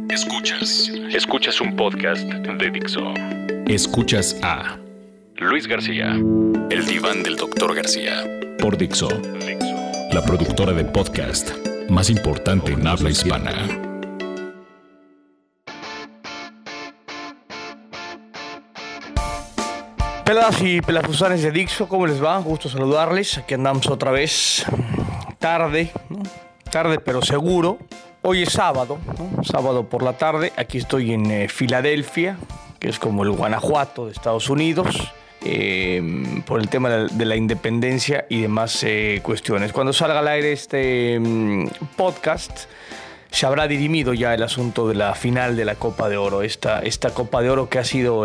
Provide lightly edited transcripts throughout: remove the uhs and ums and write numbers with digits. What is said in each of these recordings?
Escuchas un podcast de Dixo. Escuchas a Luis García, el diván del Dr. García, por Dixo, la productora de podcast más importante en habla hispana. Peladas y pelafusanes de Dixo, ¿cómo les va? Gusto saludarles. Aquí andamos otra vez. Tarde, ¿no? Tarde pero seguro. Hoy es sábado, ¿no? Sábado por la tarde. Aquí estoy en Filadelfia, que es como el Guanajuato de Estados Unidos, por el tema de la independencia y demás cuestiones. Cuando salga al aire este podcast, se habrá dirimido ya el asunto de la final de la Copa de Oro. Esta Copa de Oro que ha sido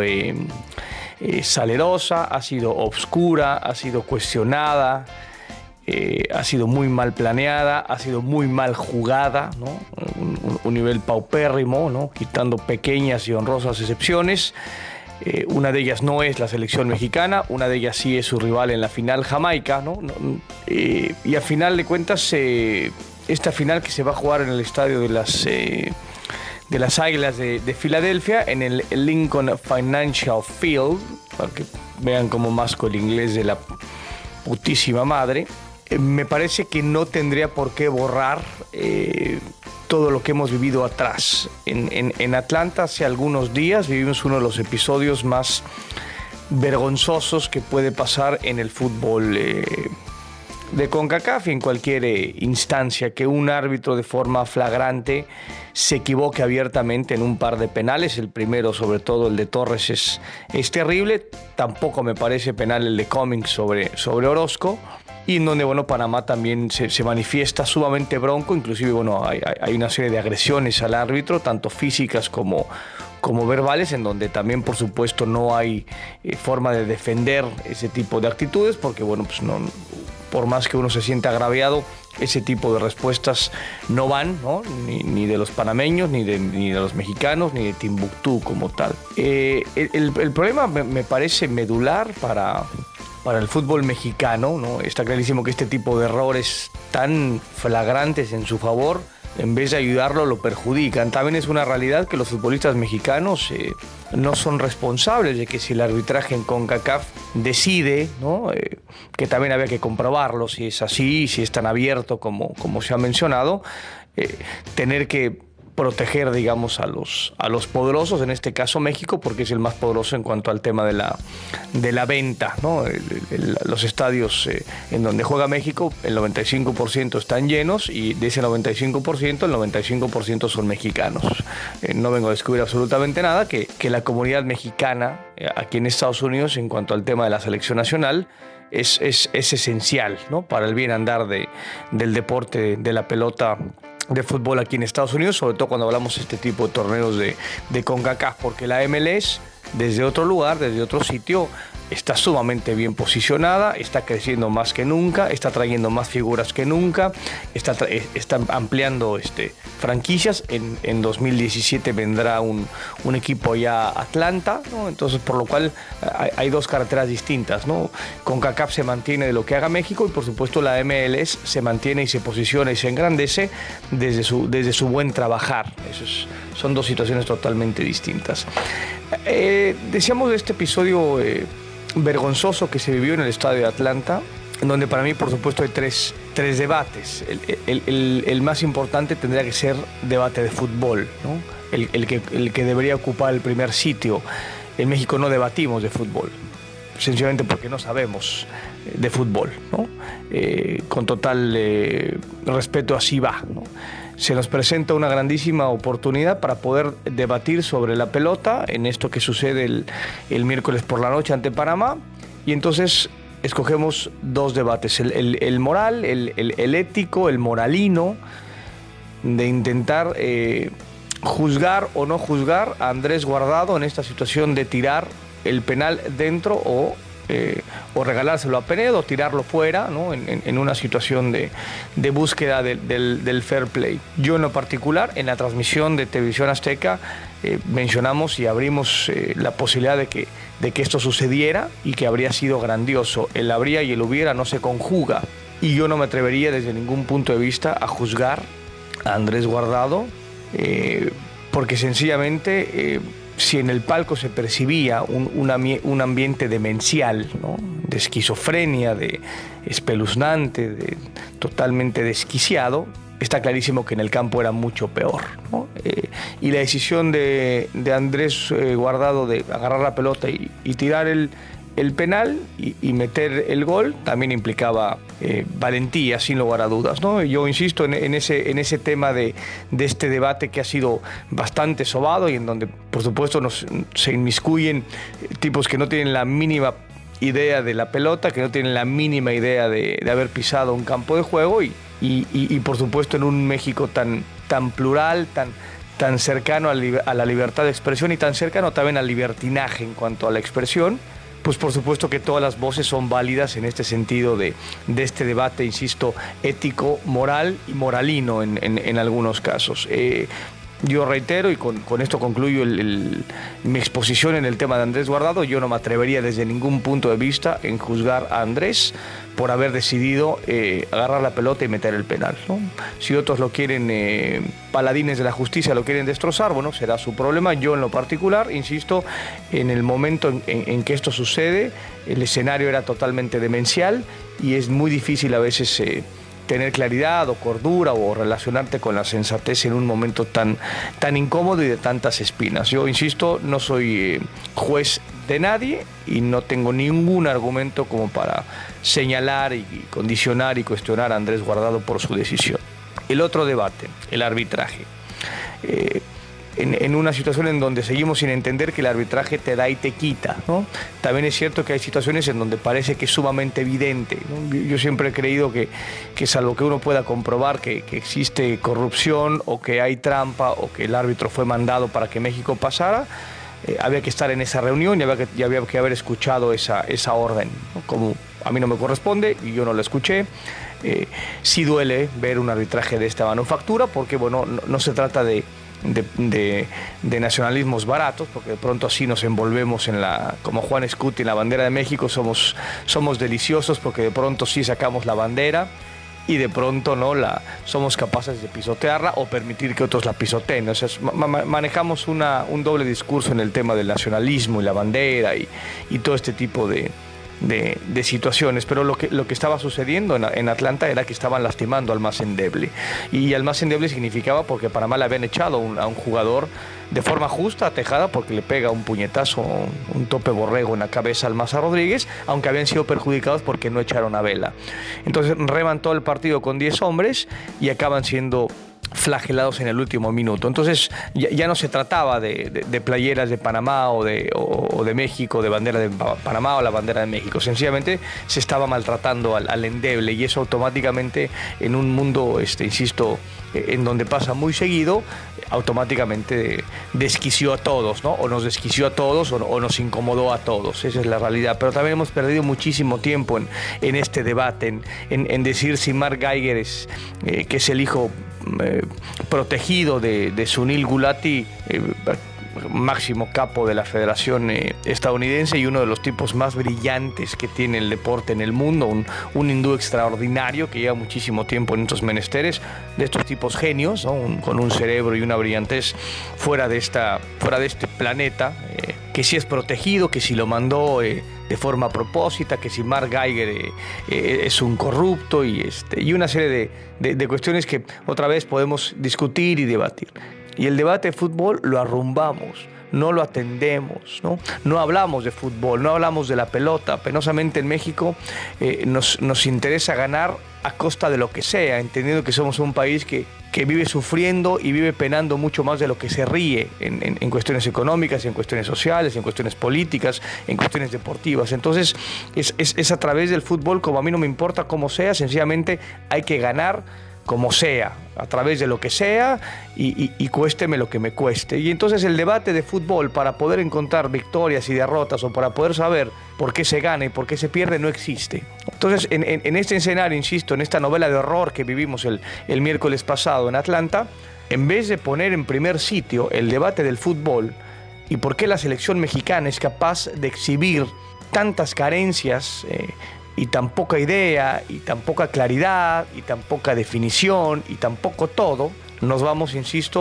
salerosa, ha sido obscura, ha sido cuestionada, ha sido muy mal planeada, ha sido muy mal jugada, ¿no? Un nivel paupérrimo, ¿no? Quitando pequeñas y honrosas excepciones. Una de ellas no es la selección mexicana, una de ellas sí es su rival en la final, Jamaica, ¿no? Y al final de cuentas, esta final que se va a jugar en el estadio de las Águilas de Filadelfia, en el Lincoln Financial Field, para que vean cómo masco el inglés de la putísima madre. Me parece que no tendría por qué borrar todo lo que hemos vivido atrás. En Atlanta hace algunos días vivimos uno de los episodios más vergonzosos que puede pasar en el fútbol de CONCACAF y en cualquier instancia, que un árbitro de forma flagrante se equivoque abiertamente en un par de penales. El primero, sobre todo el de Torres, es terrible. Tampoco me parece penal el de Cummings sobre Orozco. Y en donde, bueno, Panamá también se manifiesta sumamente bronco. Inclusive, bueno, hay una serie de agresiones al árbitro, tanto físicas como verbales, en donde también, por supuesto, no hay forma de defender ese tipo de actitudes, porque, bueno, pues no, por más que uno se sienta agraviado, ese tipo de respuestas no van, ¿no? Ni de los panameños, ni de los mexicanos, ni de Timbuktu como tal. El problema me parece medular para el fútbol mexicano, ¿no? Está clarísimo que este tipo de errores tan flagrantes en su favor, en vez de ayudarlo, lo perjudican. También es una realidad que los futbolistas mexicanos no son responsables de que si el arbitraje en CONCACAF decide, ¿no? Que también había que comprobarlo, si es así, si es tan abierto como se ha mencionado, tener que proteger, digamos, a los poderosos, en este caso México, porque es el más poderoso en cuanto al tema de la venta, ¿no? Los estadios en donde juega México, el 95% están llenos, y de ese 95%, el 95% son mexicanos. No vengo a descubrir absolutamente nada, que la comunidad mexicana aquí en Estados Unidos, en cuanto al tema de la selección nacional, es esencial, ¿no? Para el bien andar del deporte de la pelota de fútbol aquí en Estados Unidos, sobre todo cuando hablamos de este tipo de torneos de CONCACAF, porque la MLS, desde otro lugar, desde otro sitio, está sumamente bien posicionada, está creciendo más que nunca, está trayendo más figuras que nunca, está ampliando franquicias. En 2017 vendrá un equipo ya Atlanta, ¿no? Entonces, por lo cual hay dos carreteras distintas, ¿no? CONCACAF se mantiene de lo que haga México, y por supuesto la MLS se mantiene y se posiciona y se engrandece desde su buen trabajar. Son dos situaciones totalmente distintas. Decíamos de este episodio vergonzoso que se vivió en el estadio de Atlanta, en donde para mí, por supuesto, hay tres debates. El más importante tendría que ser debate de fútbol, ¿no? El que debería ocupar el primer sitio. En México no debatimos de fútbol, sencillamente porque no sabemos de fútbol, ¿no? Con total respeto, así va, ¿no? Se nos presenta una grandísima oportunidad para poder debatir sobre la pelota en esto que sucede el miércoles por la noche ante Panamá, y entonces escogemos dos debates, el moral, el ético, el moralino, de intentar juzgar o no juzgar a Andrés Guardado en esta situación de tirar el penal dentro o regalárselo a Penedo, tirarlo fuera, ¿no? En una situación de búsqueda del fair play. Yo en lo particular, en la transmisión de Televisión Azteca, mencionamos y abrimos la posibilidad de que esto sucediera, y que habría sido grandioso. El habría y el hubiera no se conjuga, y yo no me atrevería desde ningún punto de vista a juzgar a Andrés Guardado porque sencillamente si en el palco se percibía un ambiente demencial, ¿no?, de esquizofrenia, de espeluznante, totalmente desquiciado, está clarísimo que en el campo era mucho peor, ¿no? Y la decisión de Andrés Guardado de agarrar la pelota y tirar el penal y meter el gol también implicaba valentía, sin lugar a dudas, ¿no? Yo insisto en ese tema de este debate que ha sido bastante sobado y en donde, por supuesto, se inmiscuyen tipos que no tienen la mínima idea de la pelota, que no tienen la mínima idea de haber pisado un campo de juego y por supuesto en un México tan plural, tan cercano a la libertad de expresión y tan cercano también al libertinaje en cuanto a la expresión, pues por supuesto que todas las voces son válidas en este sentido de este debate, insisto, ético, moral y moralino en algunos casos. Yo reitero, y con esto concluyo mi exposición en el tema de Andrés Guardado, yo no me atrevería desde ningún punto de vista en juzgar a Andrés por haber decidido agarrar la pelota y meter el penal, ¿no? Si otros lo quieren, paladines de la justicia lo quieren destrozar, bueno, será su problema. Yo en lo particular, insisto, en el momento en que esto sucede, el escenario era totalmente demencial y es muy difícil a veces tener claridad o cordura o relacionarte con la sensatez en un momento tan incómodo y de tantas espinas. Yo insisto, no soy juez de nadie y no tengo ningún argumento como para señalar y condicionar y cuestionar a Andrés Guardado por su decisión. El otro debate, el arbitraje. En una situación en donde seguimos sin entender que el arbitraje te da y te quita, ¿no? También es cierto que hay situaciones en donde parece que es sumamente evidente, ¿no? Yo siempre he creído que salvo que uno pueda comprobar que existe corrupción o que hay trampa o que el árbitro fue mandado para que México pasara, había que estar en esa reunión y había que haber escuchado esa orden, ¿no? Como a mí no me corresponde y yo no la escuché. Sí duele ver un arbitraje de esta manufactura porque, bueno, no se trata de nacionalismos baratos, porque de pronto así nos envolvemos como Juan Escuti en la bandera de México, somos deliciosos porque de pronto sí sacamos la bandera y de pronto no somos capaces de pisotearla o permitir que otros la pisoteen. O sea, manejamos un doble discurso en el tema del nacionalismo y la bandera y todo este tipo de situaciones, pero lo que estaba sucediendo en Atlanta era que estaban lastimando al más endeble, y al más endeble significaba porque Panamá le habían echado a un jugador de forma justa a Tejada porque le pega un puñetazo, un tope borrego en la cabeza al Maza Rodríguez, aunque habían sido perjudicados porque no echaron a Vela. Entonces reman todo el partido con 10 hombres y acaban siendo flagelados en el último minuto. Entonces ya no se trataba de playeras de Panamá o de México, de bandera de Panamá o la bandera de México. Sencillamente se estaba maltratando al endeble, y eso automáticamente en un mundo, insisto, en donde pasa muy seguido, automáticamente desquició a todos, ¿no? O nos desquició a todos o nos incomodó a todos. Esa es la realidad. Pero también hemos perdido muchísimo tiempo en este debate, en decir si Mark Geiger que es el hijo protegido de Sunil Gulati, máximo capo de la Federación estadounidense y uno de los tipos más brillantes que tiene el deporte en el mundo, un hindú extraordinario que lleva muchísimo tiempo en estos menesteres, de estos tipos genios, ¿no? Con un cerebro y una brillantez fuera de este planeta, que si es protegido, que si lo mandó de forma a propósita, que si Mark Geiger es un corrupto y una serie de cuestiones que otra vez podemos discutir y debatir. Y el debate de fútbol lo arrumbamos, no lo atendemos, no hablamos de fútbol, no hablamos de la pelota. Penosamente en México nos interesa ganar a costa de lo que sea, entendiendo que somos un país que vive sufriendo y vive penando mucho más de lo que se ríe en cuestiones económicas, en cuestiones sociales, en cuestiones políticas, en cuestiones deportivas. Entonces es a través del fútbol, como a mí no me importa cómo sea, sencillamente hay que ganar como sea, a través de lo que sea y cuésteme lo que me cueste. Y entonces el debate de fútbol para poder encontrar victorias y derrotas o para poder saber por qué se gana y por qué se pierde no existe. Entonces en este escenario, insisto, en esta novela de horror que vivimos el miércoles pasado en Atlanta, en vez de poner en primer sitio el debate del fútbol y por qué la selección mexicana es capaz de exhibir tantas carencias y tan poca idea, y tan poca claridad, y tan poca definición, y tan poco todo, nos vamos, insisto,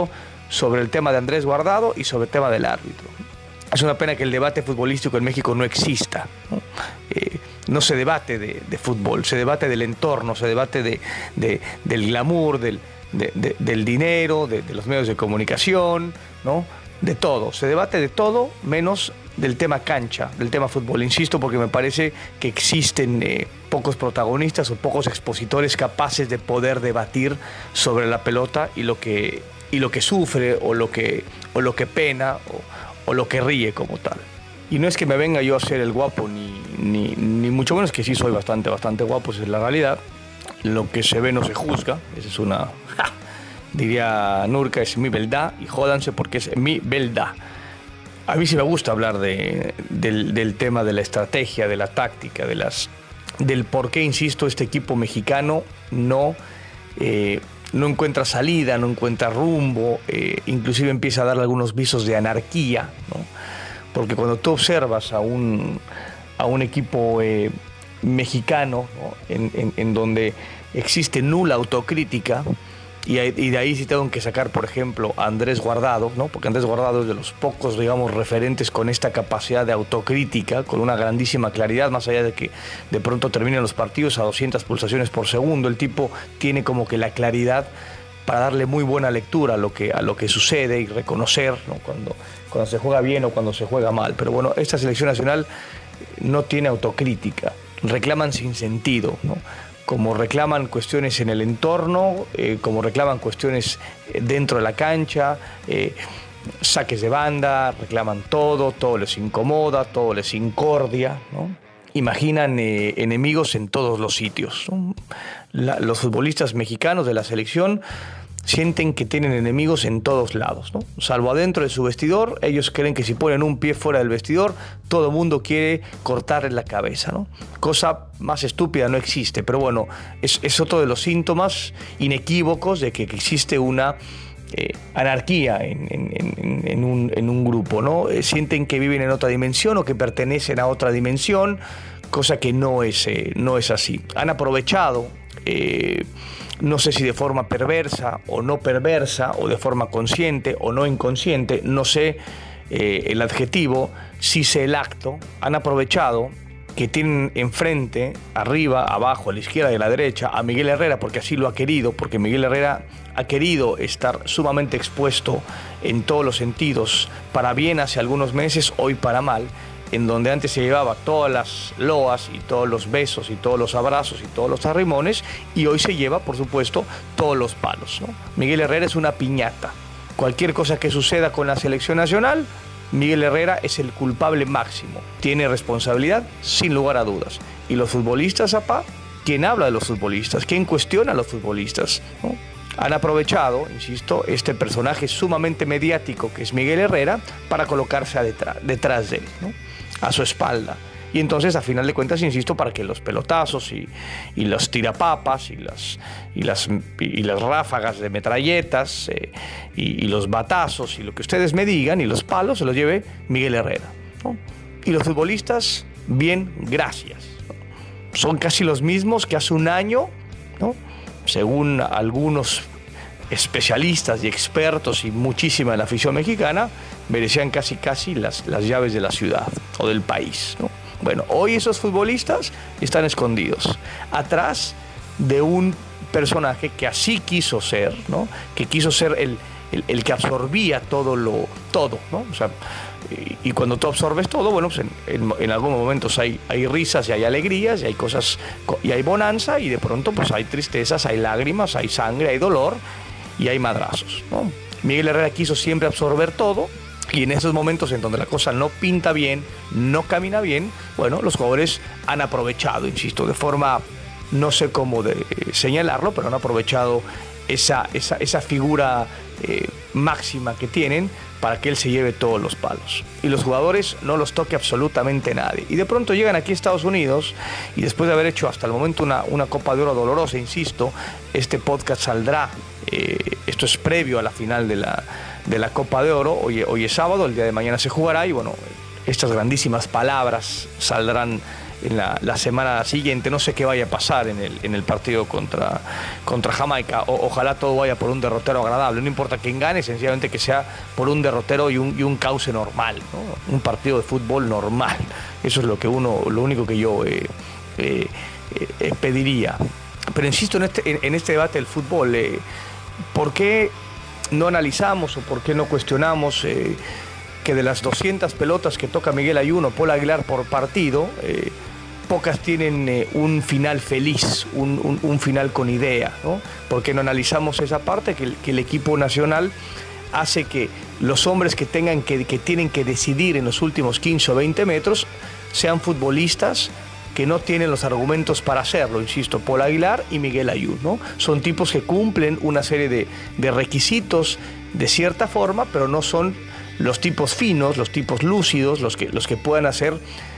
sobre el tema de Andrés Guardado y sobre el tema del árbitro. Es una pena que el debate futbolístico en México no exista, ¿no? No se debate de fútbol, se debate del entorno, se debate del glamour, del dinero, de los medios de comunicación, ¿no? De todo, se debate de todo menos del tema cancha, del tema fútbol. Insisto, porque me parece que existen pocos protagonistas o pocos expositores capaces de poder debatir sobre la pelota y lo que sufre o lo que pena o lo que ríe como tal. Y no es que me venga yo a ser el guapo, ni mucho menos, que sí soy bastante guapo, esa es la realidad. Lo que se ve no se juzga, esa es una... diría Nurka, es mi verdad, y jódanse porque es mi verdad. A mí sí me gusta hablar del tema de la estrategia, de la táctica, del por qué, insisto, este equipo mexicano no encuentra salida, no encuentra rumbo, inclusive empieza a dar algunos visos de anarquía, ¿no? Porque cuando tú observas a un equipo mexicano, ¿no? en donde existe nula autocrítica, y de ahí sí tengo que sacar, por ejemplo, a Andrés Guardado, ¿no? Porque Andrés Guardado es de los pocos, digamos, referentes con esta capacidad de autocrítica, con una grandísima claridad, más allá de que de pronto terminen los partidos a 200 pulsaciones por segundo. El tipo tiene como que la claridad para darle muy buena lectura a lo que sucede y reconocer, ¿no? Cuando se juega bien o cuando se juega mal. Pero bueno, esta selección nacional no tiene autocrítica, reclaman sin sentido, ¿no? Como reclaman cuestiones en el entorno, como reclaman cuestiones dentro de la cancha, saques de banda, reclaman todo les incomoda, todo les incordia, ¿no? Imaginan enemigos en todos los sitios, ¿no? Los futbolistas mexicanos de la selección sienten que tienen enemigos en todos lados, ¿no? Salvo adentro de su vestidor, ellos creen que si ponen un pie fuera del vestidor, todo el mundo quiere cortarle la cabeza, ¿no? Cosa más estúpida no existe, pero bueno, es otro de los síntomas inequívocos de que existe una anarquía en un grupo, ¿no? Sienten que viven en otra dimensión o que pertenecen a otra dimensión, cosa que no es así. Han aprovechado, no sé si de forma perversa o no perversa, o de forma consciente o no inconsciente, no sé el adjetivo, sí sé el acto. Han aprovechado que tienen enfrente, arriba, abajo, a la izquierda y a la derecha a Miguel Herrera, porque así lo ha querido, porque Miguel Herrera ha querido estar sumamente expuesto en todos los sentidos, para bien hace algunos meses, hoy para mal, en donde antes se llevaba todas las loas y todos los besos y todos los abrazos y todos los arrimones, y hoy se lleva, por supuesto, todos los palos, ¿no? Miguel Herrera es una piñata. Cualquier cosa que suceda con la selección nacional, Miguel Herrera es el culpable máximo. Tiene responsabilidad, sin lugar a dudas. Y los futbolistas, apá, ¿quién habla de los futbolistas? ¿Quién cuestiona a los futbolistas? ¿No? Han aprovechado, insisto, este personaje sumamente mediático que es Miguel Herrera para colocarse detrás de él, ¿no? A su espalda. Y entonces, a final de cuentas, insisto, para que los pelotazos y los tirapapas y las ráfagas de metralletas y los batazos y lo que ustedes me digan y los palos se los lleve Miguel Herrera, ¿no? Y los futbolistas, bien, gracias, ¿no? Son casi los mismos que hace un año, ¿no? Según algunos especialistas y expertos y muchísima de la afición mexicana, merecían casi las llaves de la ciudad o del país, ¿no? Bueno, hoy esos futbolistas están escondidos atrás de un personaje que así quiso ser, ¿no? Que quiso ser el que absorbía todo, ¿no? O sea, y cuando tú absorbes todo, bueno, pues en algunos momentos hay risas y hay alegrías y hay cosas y hay bonanza, y de pronto pues hay tristezas, hay lágrimas, hay sangre, hay dolor y hay madrazos, ¿no? Miguel Herrera quiso siempre absorber todo, y en esos momentos en donde la cosa no pinta bien, no camina bien, bueno, los jugadores han aprovechado, insisto, de forma, no sé cómo señalarlo, pero han aprovechado esa figura máxima que tienen para que él se lleve todos los palos. Y los jugadores no los toque absolutamente nadie. Y de pronto llegan aquí a Estados Unidos, y después de haber hecho hasta el momento una Copa de Oro dolorosa, insisto, este podcast saldrá, esto es previo a la final de la Copa de Oro, hoy es sábado, el día de mañana se jugará, y bueno, estas grandísimas palabras saldrán la semana siguiente. No sé qué vaya a pasar en el partido contra Jamaica. Ojalá todo vaya por un derrotero agradable. No importa quién gane, sencillamente que sea por un derrotero y un cauce normal, ¿no? Un partido de fútbol normal. Eso es lo único que yo pediría. Pero insisto en este debate del fútbol, ¿por qué no analizamos o por qué no cuestionamos que de las 200 pelotas que toca Miguel Ayun o Paul Aguilar por partido, pocas tienen un final feliz, un final con idea, ¿no? ¿Por qué no analizamos esa parte que el equipo nacional hace que los hombres que tienen que decidir en los últimos 15 o 20 metros sean futbolistas que no tienen los argumentos para hacerlo? Insisto, Paul Aguilar y Miguel Ayun, ¿no? Son tipos que cumplen una serie de requisitos de cierta forma, pero no son los tipos finos, los tipos lúcidos, los que puedan hacer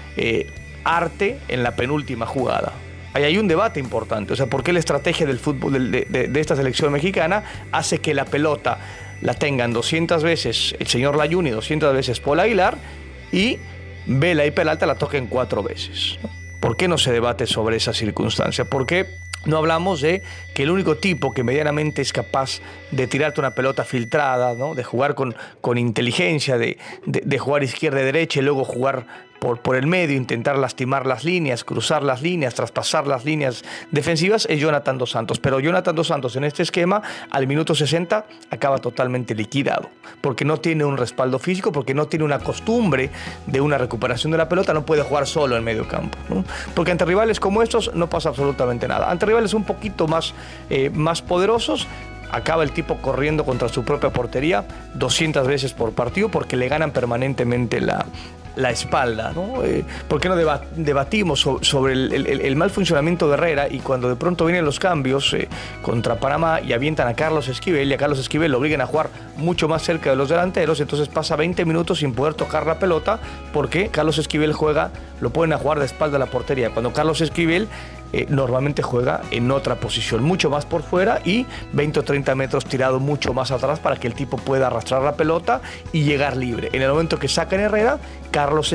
arte en la penúltima jugada. Ahí hay un debate importante, o sea, ¿por qué la estrategia del fútbol de esta selección mexicana hace que la pelota la tengan 200 veces el señor Layún y 200 veces Paul Aguilar, y Vela y Peralta la toquen 4 veces? ¿Por qué no se debate sobre esa circunstancia? ¿Por qué no hablamos de que el único tipo que medianamente es capaz de tirarte una pelota filtrada, ¿no? De jugar con inteligencia, de jugar izquierda y derecha y luego jugar por el medio, intentar lastimar las líneas, cruzar las líneas, traspasar las líneas defensivas, es Jonathan Dos Santos? Pero Jonathan Dos Santos en este esquema, al minuto 60, acaba totalmente liquidado, porque no tiene un respaldo físico, porque no tiene una costumbre de una recuperación de la pelota, no puede jugar solo en medio campo, ¿no? Porque ante rivales como estos no pasa absolutamente nada. Ante rivales un poquito más poderosos, acaba el tipo corriendo contra su propia portería 200 veces por partido, porque le ganan permanentemente la espalda, ¿no? ¿Por qué no debatimos sobre el mal funcionamiento de Herrera, y cuando de pronto vienen los cambios contra Panamá y avientan a Carlos Esquivel, y a Carlos Esquivel lo obligan a jugar mucho más cerca de los delanteros, entonces pasa 20 minutos sin poder tocar la pelota porque Carlos Esquivel lo ponen a jugar de espalda a la portería, cuando Carlos Esquivel normalmente juega en otra posición, mucho más por fuera y 20 o 30 metros tirado mucho más atrás para que el tipo pueda arrastrar la pelota y llegar libre. En el momento que sacan Herrera, Carlos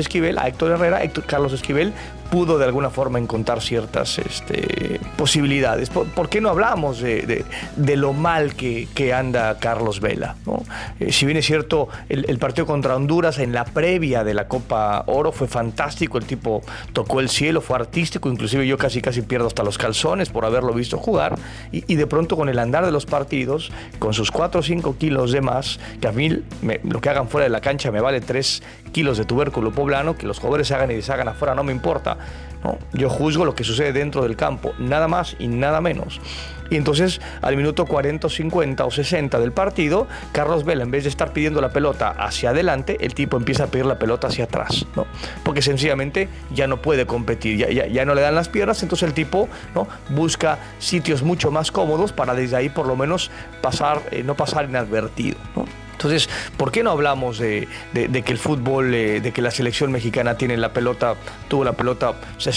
Esquivel pudo de alguna forma encontrar ciertas posibilidades. ¿Por qué no hablamos de lo mal que anda Carlos Vela, ¿no? Si bien es cierto, el partido contra Honduras en la previa de la Copa Oro fue fantástico, el tipo tocó el cielo, fue artístico, inclusive yo casi pierdo hasta los calzones por haberlo visto jugar, y de pronto con el andar de los partidos, con sus 4 o 5 kilos de más, que a mí lo que hagan fuera de la cancha me vale 3 kilos de tubérculo poblano, que los jugadores se hagan y deshagan afuera no me importa, ¿no? Yo juzgo lo que sucede dentro del campo, nada más y nada menos. Y entonces al minuto 40 o 50 o 60 del partido, Carlos Vela, en vez de estar pidiendo la pelota hacia adelante, el tipo empieza a pedir la pelota hacia atrás, ¿no? Porque sencillamente ya no puede competir, ya no le dan las piernas, entonces el tipo, ¿no?, busca sitios mucho más cómodos para desde ahí por lo menos no pasar inadvertido, ¿no? Entonces, ¿por qué no hablamos de que el fútbol, de que la selección mexicana tuvo la pelota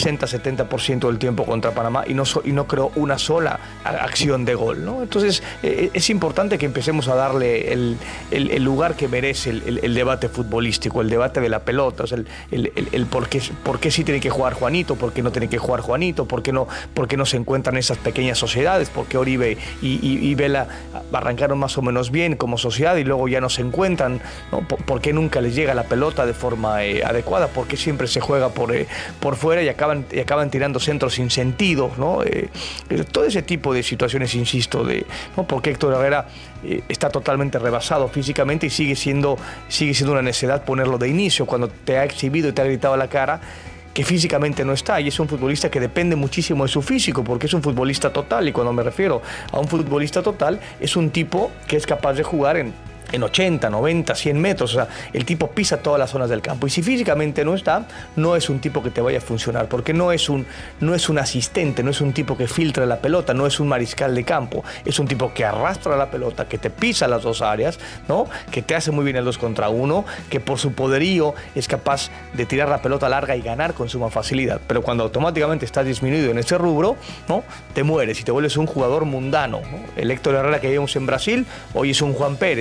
60-70% del tiempo contra Panamá y no creó una sola acción de gol, ¿no? Entonces, es importante que empecemos a darle el lugar que merece el debate futbolístico, el debate de la pelota, o sea, el por qué sí tiene que jugar Juanito, por qué no tiene que jugar Juanito, por qué no se encuentran esas pequeñas sociedades, por qué Oribe y Vela arrancaron más o menos bien como sociedad y luego ya no se encuentran, ¿no? ¿Por qué nunca les llega la pelota de forma adecuada? ¿Por qué siempre se juega por fuera y acaban tirando centros sin sentido, ¿no? Todo ese tipo de situaciones, insisto, ¿no? Porque Héctor Herrera está totalmente rebasado físicamente y sigue siendo una necedad ponerlo de inicio cuando te ha exhibido y te ha gritado a la cara que físicamente no está, y es un futbolista que depende muchísimo de su físico, porque es un futbolista total, y cuando me refiero a un futbolista total, es un tipo que es capaz de jugar en 80, 90, 100 metros, o sea, el tipo pisa todas las zonas del campo, y si físicamente no está, no es un tipo que te vaya a funcionar, porque no es un asistente, no es un tipo que filtra la pelota, no es un mariscal de campo, es un tipo que arrastra la pelota, que te pisa las dos áreas, ¿no? Que te hace muy bien el 2 contra 1, que por su poderío es capaz de tirar la pelota larga y ganar con suma facilidad, pero cuando automáticamente estás disminuido en ese rubro, ¿no?, te mueres y te vuelves un jugador mundano, ¿no? El Héctor Herrera que vimos en Brasil, hoy es un Juan Pérez en la selección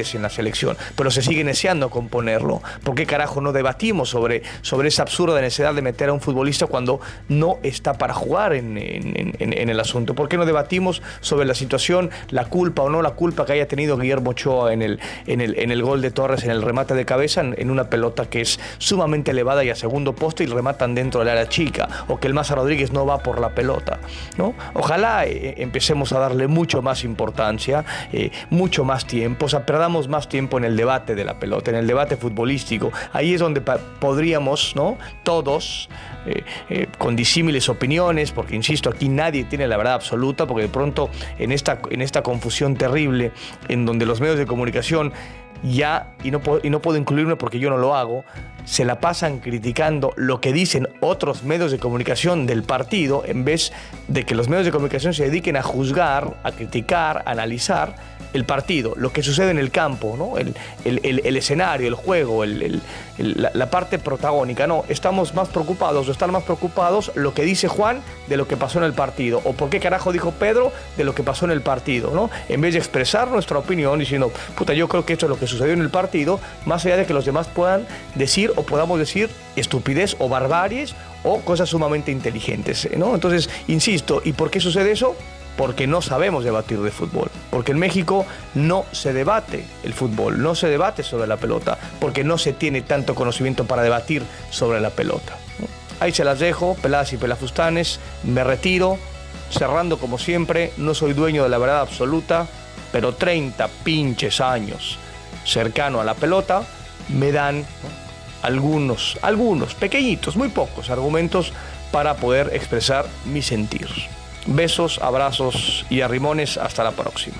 selección, pero se sigue neceando con ponerlo. ¿Por qué carajo no debatimos sobre esa absurda necesidad de meter a un futbolista cuando no está para jugar en el asunto? ¿Por qué no debatimos sobre la situación, la culpa o no la culpa que haya tenido Guillermo Ochoa en el gol de Torres, en el remate de cabeza, en una pelota que es sumamente elevada y a segundo poste y rematan dentro del área chica, o que el Maza Rodríguez no va por la pelota, ¿no? Ojalá empecemos a darle mucho más importancia, mucho más tiempo, o sea, perdamos más tiempo en el debate de la pelota, en el debate futbolístico. Ahí es donde podríamos, ¿no?, todos, con disímiles opiniones, porque insisto, aquí nadie tiene la verdad absoluta, porque de pronto en esta confusión terrible en donde los medios de comunicación ya, y no puedo incluirme porque yo no lo hago, se la pasan criticando lo que dicen otros medios de comunicación del partido, en vez de que los medios de comunicación se dediquen a juzgar, a criticar, a analizar el partido, lo que sucede en el campo, ¿no? El escenario, el juego, la parte protagónica. No, estamos más preocupados, o están más preocupados lo que dice Juan de lo que pasó en el partido, o por qué carajo dijo Pedro de lo que pasó en el partido, ¿no? En vez de expresar nuestra opinión diciendo, puta, yo creo que esto es lo que sucedió en el partido, más allá de que los demás puedan decir o podamos decir estupidez o barbaries o cosas sumamente inteligentes, ¿no? Entonces, insisto, ¿y por qué sucede eso? Porque no sabemos debatir de fútbol, porque en México no se debate el fútbol, no se debate sobre la pelota, porque no se tiene tanto conocimiento para debatir sobre la pelota. Ahí se las dejo, peladas y pelafustanes, me retiro, cerrando como siempre, no soy dueño de la verdad absoluta, pero 30 pinches años cercano a la pelota me dan algunos pequeñitos, muy pocos argumentos para poder expresar mi sentir. Besos, abrazos y arrimones. Hasta la próxima.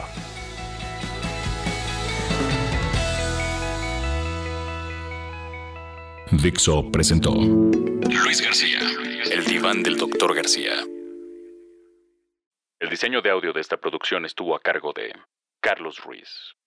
Dixo presentó Luis García, el diván del Dr. García. El diseño de audio de esta producción estuvo a cargo de Carlos Ruiz.